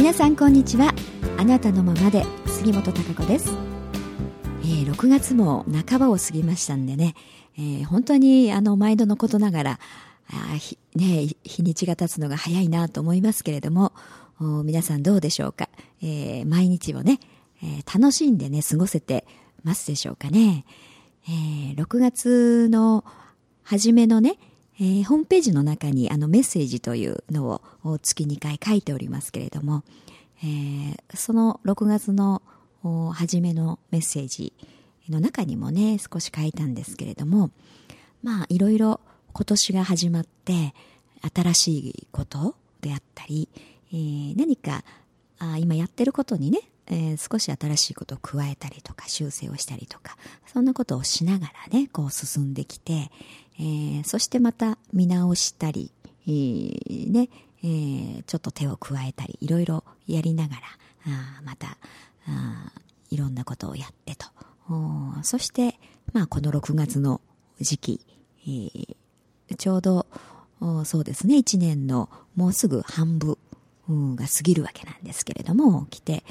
皆さんこんにちは。あなたのままで杉本孝子です。6月も半ばを過ぎましたんでね、本当に毎度のことながら日にちが経つのが早いなと思いますけれども、皆さんどうでしょうか。毎日をね、楽しんでね過ごせてますでしょうかね。6月の初めのね、ホームページの中にメッセージというのを月2回書いておりますけれども、その6月の初めのメッセージの中にもね少し書いたんですけれども、いろいろ今年が始まって新しいことであったり、何か今やってることにね、少し新しいことを加えたりとか修正をしたりとか、そんなことをしながらねこう進んできて、そしてまた見直したり、ちょっと手を加えたりいろいろやりながらまたいろんなことをやってと、そしてこの6月の時期、ちょうどそうですね1年のもうすぐ半分が過ぎるわけなんですけれども来て、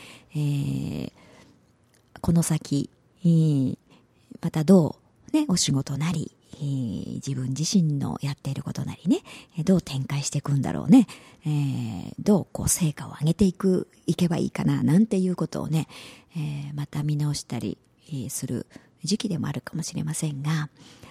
この先、またどうねお仕事なり、自分自身のやっていることなりねどう展開していくんだろうね、どうこう成果を上げていけばいいかななんていうことをね、また見直したりする時期でもあるかもしれませんが、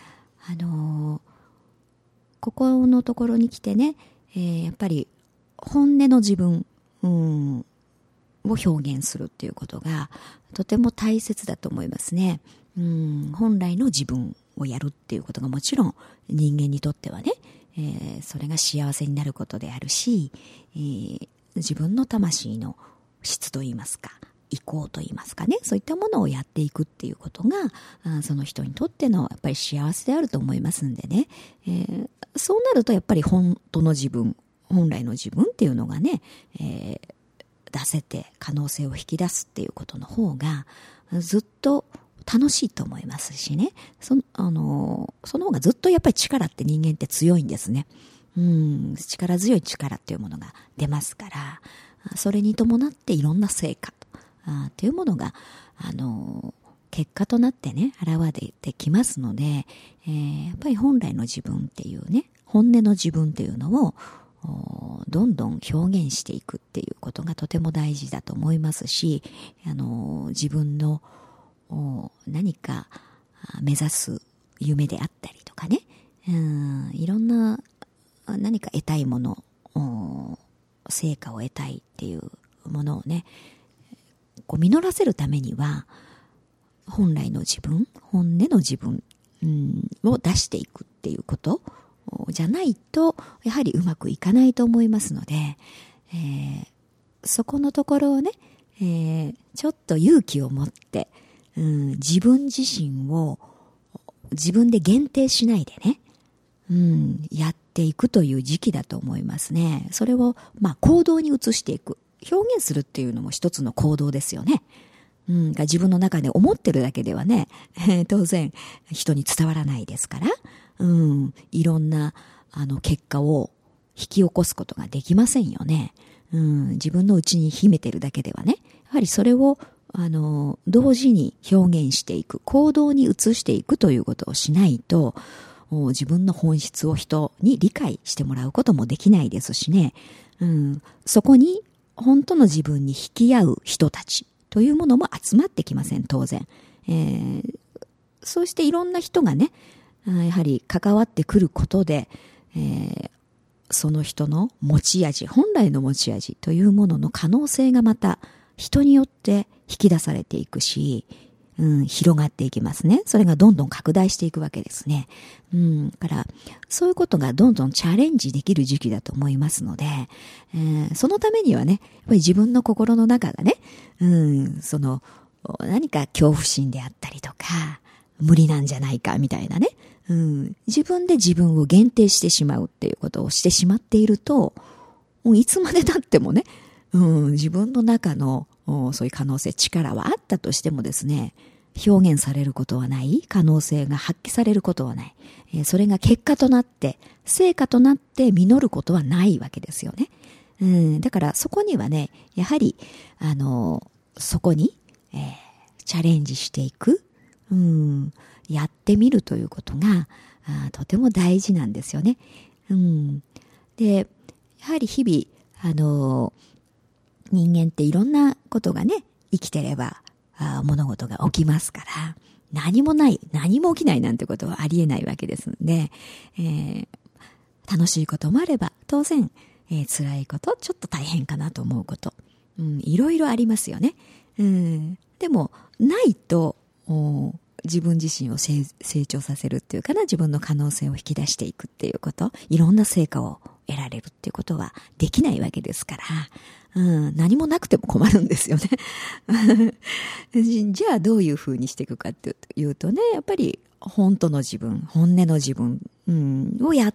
ここのところに来てね、やっぱり本音の自分、を表現するっていうことがとても大切だと思いますね。本来の自分をやるっていうことがもちろん人間にとってはね、それが幸せになることであるし、自分の魂の質といいますか意向といいますかね、そういったものをやっていくっていうことがその人にとってのやっぱり幸せであると思いますんでね、そうなるとやっぱり本当の自分、本来の自分っていうのがね、出せて可能性を引き出すっていうことの方がずっと楽しいと思いますしね、その方がずっとやっぱり力って人間って強いんですね。力強い力っていうものが出ますから、それに伴っていろんな成果っていうものが結果となってね現れてきますので、やっぱり本来の自分っていうね本音の自分っていうのをどんどん表現していくっていうことがとても大事だと思いますし、自分の何か目指す夢であったりとかね、いろんな何か得たいもの、成果を得たいっていうものをねこう実らせるためには本来の自分、本音の自分、を出していくっていうことじゃないとやはりうまくいかないと思いますので、そこのところをね、ちょっと勇気を持って、自分自身を自分で限定しないでね、やっていくという時期だと思いますね。それを行動に移していく、表現するっていうのも一つの行動ですよね。自分の中で思ってるだけではね、当然人に伝わらないですから、いろんな結果を引き起こすことができませんよね。自分の内に秘めてるだけではね、やはりそれを同時に表現していく、行動に移していくということをしないと、自分の本質を人に理解してもらうこともできないですしね、そこに本当の自分に引き合う人たちというものも集まってきません、当然。そうしていろんな人がね、やはり関わってくることで、その人の持ち味、本来の持ち味というものの可能性がまた人によって引き出されていくし、広がっていきますね。それがどんどん拡大していくわけですね。だからそういうことがどんどんチャレンジできる時期だと思いますので、そのためにはね、やっぱり自分の心の中がね、何か恐怖心であったりとか、無理なんじゃないかみたいなね、自分で自分を限定してしまうっていうことをしてしまっていると、もういつまで経ってもね、自分の中のそういう可能性、力はあったとしてもですね、表現されることはない、可能性が発揮されることはない、それが結果となって成果となって実ることはないわけですよね。 だからそこにはね、やはり、そこに、チャレンジしていく、やってみるということが、とても大事なんですよね。で、やはり日々、人間っていろんなことがね、生きてれば、物事が起きますから、何も起きないなんてことはありえないわけですので、楽しいこともあれば、当然、辛いこと、ちょっと大変かなと思うこと、いろいろありますよね。でも、ないと、自分自身を成長させるっていうかな、自分の可能性を引き出していくっていうこと、いろんな成果を得られるっていうことはできないわけですから、何もなくても困るんですよね。じゃあどういうふうにしていくかっていうとね、やっぱり本当の自分、本音の自分、をやって、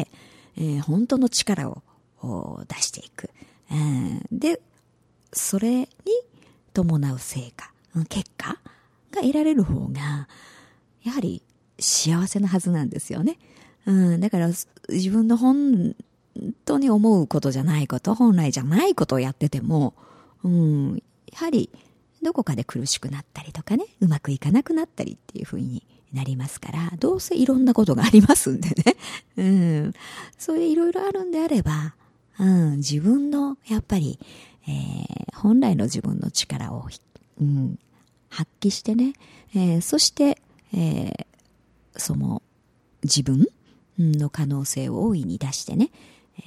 本当の力を出していく。で、それに伴う成果、結果が得られる方が、やはり幸せなはずなんですよね。だから自分の本当に思うことじゃないこと、本来じゃないことをやってても、やはりどこかで苦しくなったりとかね、うまくいかなくなったりっていうふうになりますから、どうせいろんなことがありますんでね。そういういろいろあるんであれば、自分のやっぱり、本来の自分の力を、発揮してね、そして、その自分の可能性を大いに出してね、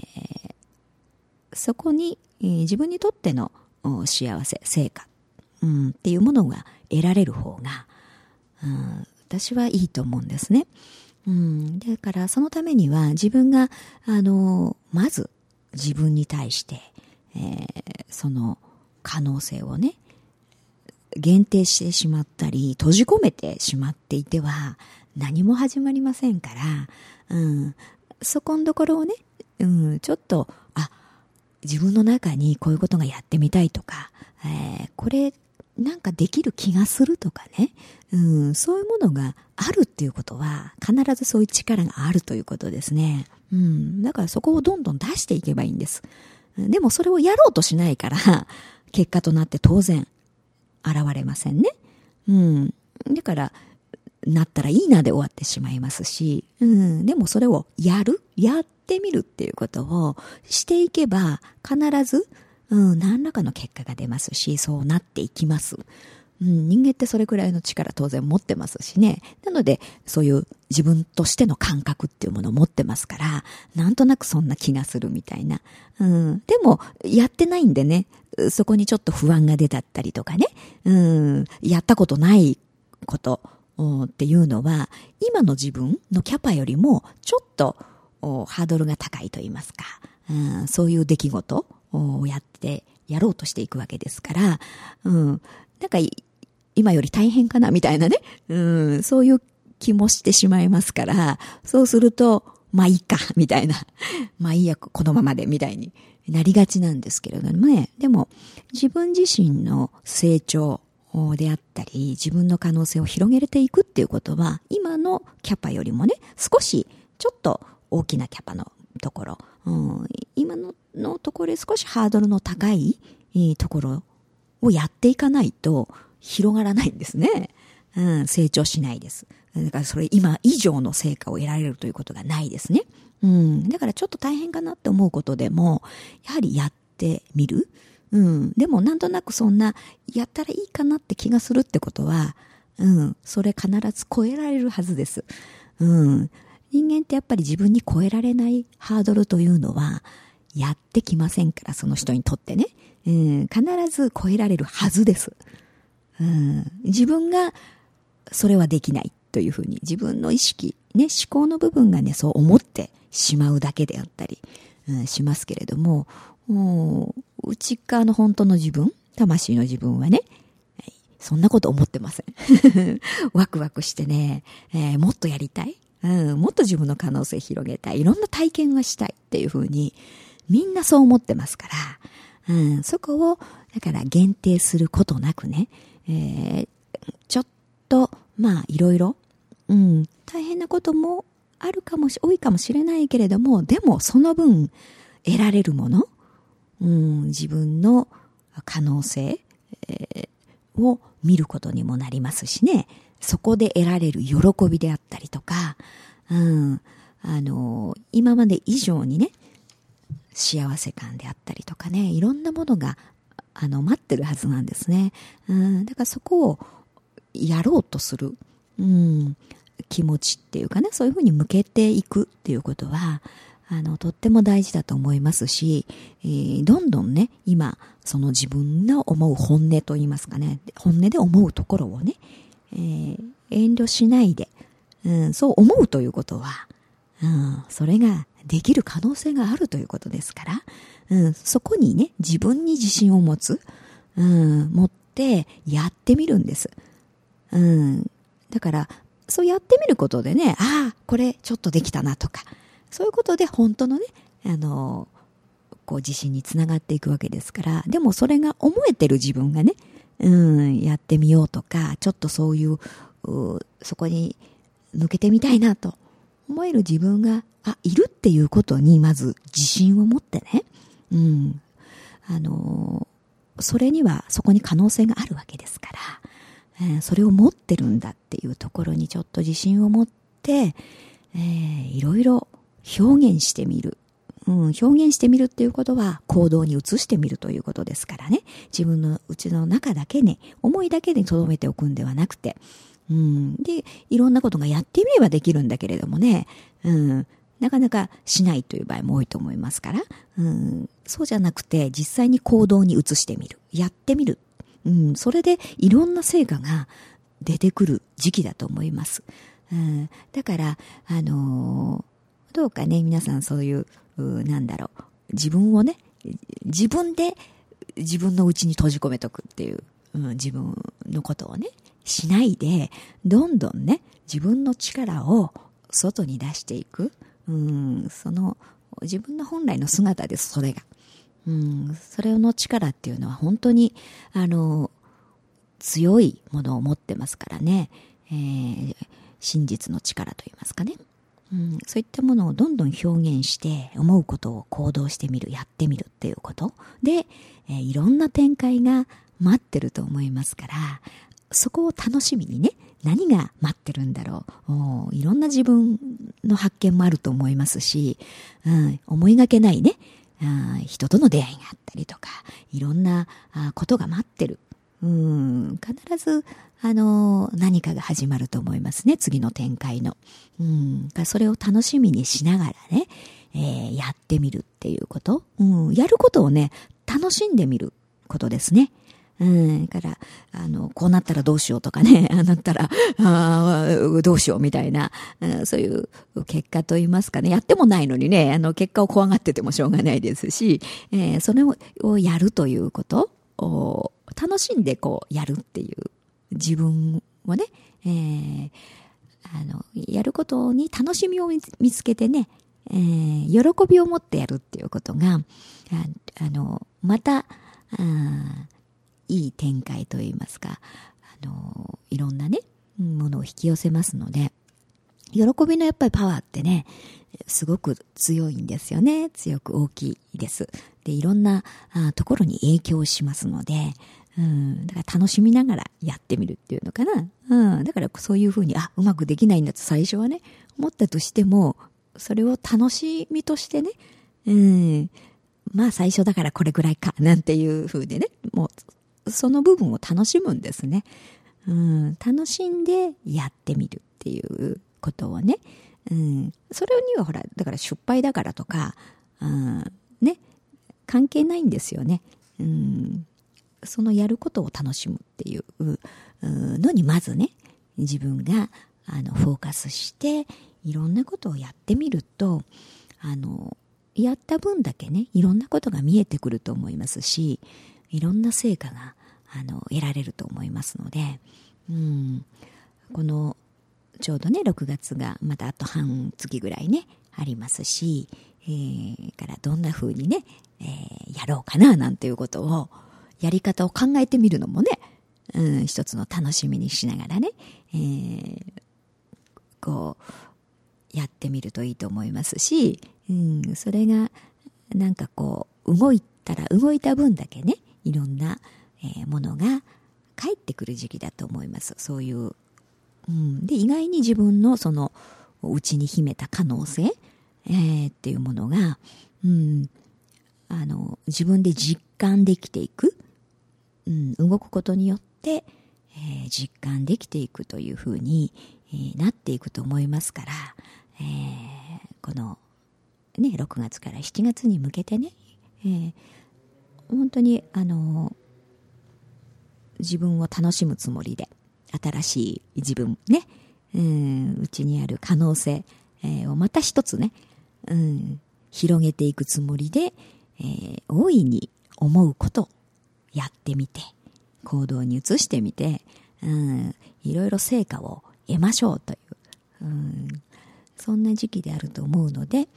そこに、自分にとっての幸せ、成果、っていうものが得られる方が、私はいいと思うんですね。だからそのためには自分がまず自分に対して、その可能性をね限定してしまったり閉じ込めてしまっていては何も始まりませんから、そこのところをね、ちょっと自分の中にこういうことがやってみたいとか、これなんかできる気がするとかね、そういうものがあるっていうことは必ずそういう力があるということですね。だからそこをどんどん出していけばいいんです。でもそれをやろうとしないから結果となって当然現れませんね。だからなったらいいなで終わってしまいますし、でもそれをやってみるっていうことをしていけば必ず何らかの結果が出ますし、そうなっていきます。人間ってそれくらいの力当然持ってますしね。なので、そういう自分としての感覚っていうものを持ってますから、なんとなくそんな気がするみたいな。でも、やってないんでね、そこにちょっと不安が出たったりとかね、やったことないことっていうのは、今の自分のキャパよりもちょっとハードルが高いと言いますか、そういう出来事をやろうとしていくわけですから、なんか今より大変かなみたいなね、そういう気もしてしまいますから、そうすると、まあいいか、みたいな、まあいいや、このままで、みたいになりがちなんですけれどもね、でも自分自身の成長であったり、自分の可能性を広げていくっていうことは、今のキャパよりもね、少しちょっと大きなキャパのところ、今のところで少しハードルの高いところをやっていかないと広がらないんですね。成長しないです。だからそれ今以上の成果を得られるということがないですね。だからちょっと大変かなって思うことでも、やはりやってみる。でもなんとなくそんなやったらいいかなって気がするってことは、それ必ず超えられるはずです。人間ってやっぱり自分に超えられないハードルというのはやってきませんから、その人にとってね。必ず超えられるはずです。自分がそれはできないというふうに自分の意識、ね、思考の部分がね、そう思ってしまうだけであったり、しますけれども、内側の本当の自分、魂の自分はね、そんなこと思ってません。ワクワクしてね、もっとやりたい、もっと自分の可能性広げたい、いろんな体験がしたいっていうふうにみんなそう思ってますから、そこをだから限定することなくね、ちょっとまあいろいろ、大変なことも多いかもしれないけれども、でもその分得られるもの、 自分の可能性、を見ることにもなりますしね。そこで得られる喜びであったりとか、今まで以上にね、幸せ感であったりとかね、いろんなものが待ってるはずなんですね。だからそこをやろうとする、気持ちっていうかね、そういうふうに向けていくっていうことはとっても大事だと思いますし、どんどんね、今その自分の思う本音といいますかね、本音で思うところをね、遠慮しないで、そう思うということは、それができる可能性があるということですから、そこにね、自分に自信を持つ、持ってやってみるんです。だからそうやってみることでね、これちょっとできたなとか、そういうことで本当のね、こう自信につながっていくわけですから、でもそれが思えてる自分がね、やってみようとか、ちょっとそういう、そこに抜けてみたいなと思える自分がいるっていうことにまず自信を持ってね、それにはそこに可能性があるわけですから、それを持ってるんだっていうところにちょっと自信を持って、いろいろ表現してみる。表現してみるっていうことは行動に移してみるということですからね。自分の内の中だけね、思いだけに留めておくんではなくて、で、いろんなことがやってみればできるんだけれどもね、なかなかしないという場合も多いと思いますから、そうじゃなくて実際に行動に移してみる。やってみる。それでいろんな成果が出てくる時期だと思います。だから、どうかね、皆さんそういう、自分をね、自分で自分の内に閉じ込めとくっていう、自分のことをね、しないで、どんどんね、自分の力を外に出していく。その、自分の本来の姿です、それが。それの力っていうのは本当に、強いものを持ってますからね。真実の力といいますかね。そういったものをどんどん表現して思うことを行動してみる、やってみるっていうことで、いろんな展開が待ってると思いますから、そこを楽しみにね、何が待ってるんだろう、いろんな自分の発見もあると思いますし、思いがけないね、人との出会いがあったりとか、いろんなことが待ってる。必ず何かが始まると思いますね、次の展開の。それを楽しみにしながらね、やってみるっていうこと、やることをね、楽しんでみることですね。だから、こうなったらどうしようとかね、なったら、どうしようみたいな、そういう結果といいますかね、やってもないのにね、結果を怖がっててもしょうがないですし、それをやるということを楽しんでこうやるっていう自分をね、やることに楽しみを見つけてね、喜びを持ってやるっていうことが、また、いい展開といいますか、いろんなね、ものを引き寄せますので、喜びのやっぱりパワーってね、すごく強いんですよね。強く大きいです。で、いろんなところに影響しますので、だから楽しみながらやってみるっていうのかな。だからそういうふうに、うまくできないんだと最初はね、思ったとしても、それを楽しみとしてね、まあ最初だからこれぐらいか、なんていうふうでね、もうその部分を楽しむんですね。楽しんでやってみるっていうことをね、それにはほら、だから失敗だからとか、ね、関係ないんですよね。そのやることを楽しむっていうのにまずね、自分がフォーカスしていろんなことをやってみると、やった分だけね、いろんなことが見えてくると思いますし、いろんな成果が得られると思いますので、このちょうどね、6月がまたあと半月ぐらいね、ありますし、からどんな風にね、やろうかななんていうことを、やり方を考えてみるのもね、一つの楽しみにしながらね、こう、やってみるといいと思いますし、それがなんかこう、 動いたら動いた分だけね、いろんな、ものが返ってくる時期だと思います。そういう、で意外に自分のその内に秘めた可能性、っていうものが、自分で実感できていく、動くことによって、実感できていくというふうに、なっていくと思いますから、このね、6月から7月に向けてね、本当に自分を楽しむつもりで、新しい自分ね、うちにある可能性、をまた一つね、広げていくつもりで、大いに思うことをやってみて、行動に移してみて、いろいろ成果を得ましょうという、そんな時期であると思うので、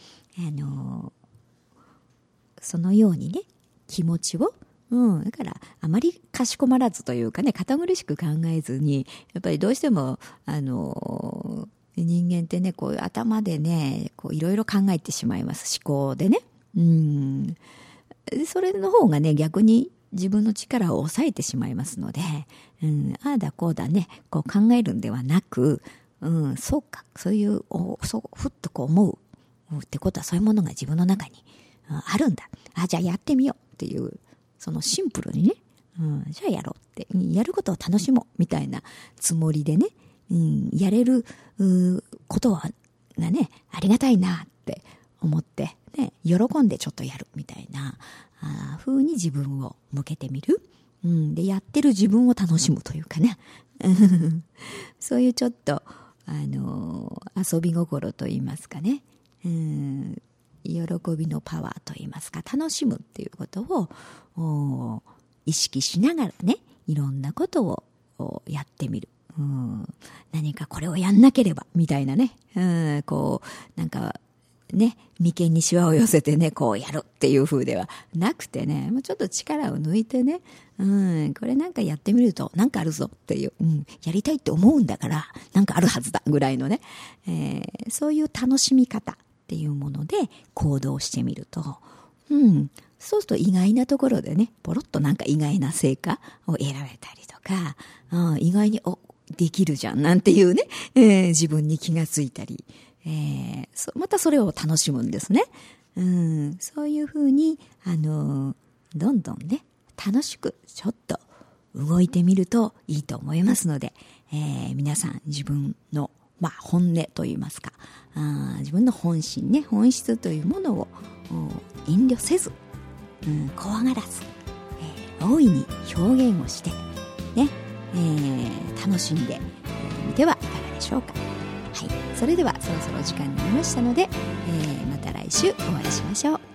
そのようにね、気持ちを、だからあまりかしこまらずというかね、堅苦しく考えずに、やっぱりどうしても人間ってね、こう頭でね、こういろいろ考えてしまいます。思考でね。それの方がね、逆に自分の力を抑えてしまいますので、ああだこうだね、こう考えるんではなく、そうか、そういう、ふっとこう思うってことは、そういうものが自分の中にあるんだ。じゃあやってみようっていう、そのシンプルにね、じゃあやろうって、やることを楽しもうみたいなつもりでね、やれることがね、ありがたいなって思って、ね、喜んでちょっとやるみたいな風に自分を向けてみる。で、やってる自分を楽しむというかね。そういうちょっと、遊び心といいますかね。喜びのパワーといいますか、楽しむっていうことを意識しながらね、いろんなことをやってみる。何かこれをやんなければみたいなね、こうなんかね、眉間にシワを寄せてね、こうやるっていう風ではなくてね、ちょっと力を抜いてね、これなんかやってみるとなんかあるぞっていう、やりたいって思うんだからなんかあるはずだぐらいのね、そういう楽しみ方っていうもので行動してみると、そうすると意外なところでね、ポロッとなんか意外な成果を得られたりとか、意外にできるじゃんなんていうね、自分に気がついたり、またそれを楽しむんですね。そういうふうにどんどんね、楽しくちょっと動いてみるといいと思いますので、皆さん自分の本音といいますか、自分の本心ね、本質というものを遠慮せず、怖がらず、大いに表現をしてね、楽しんでみてはいかがでしょうか。はい、それではそろそろ時間になりましたので、また来週お会いしましょう。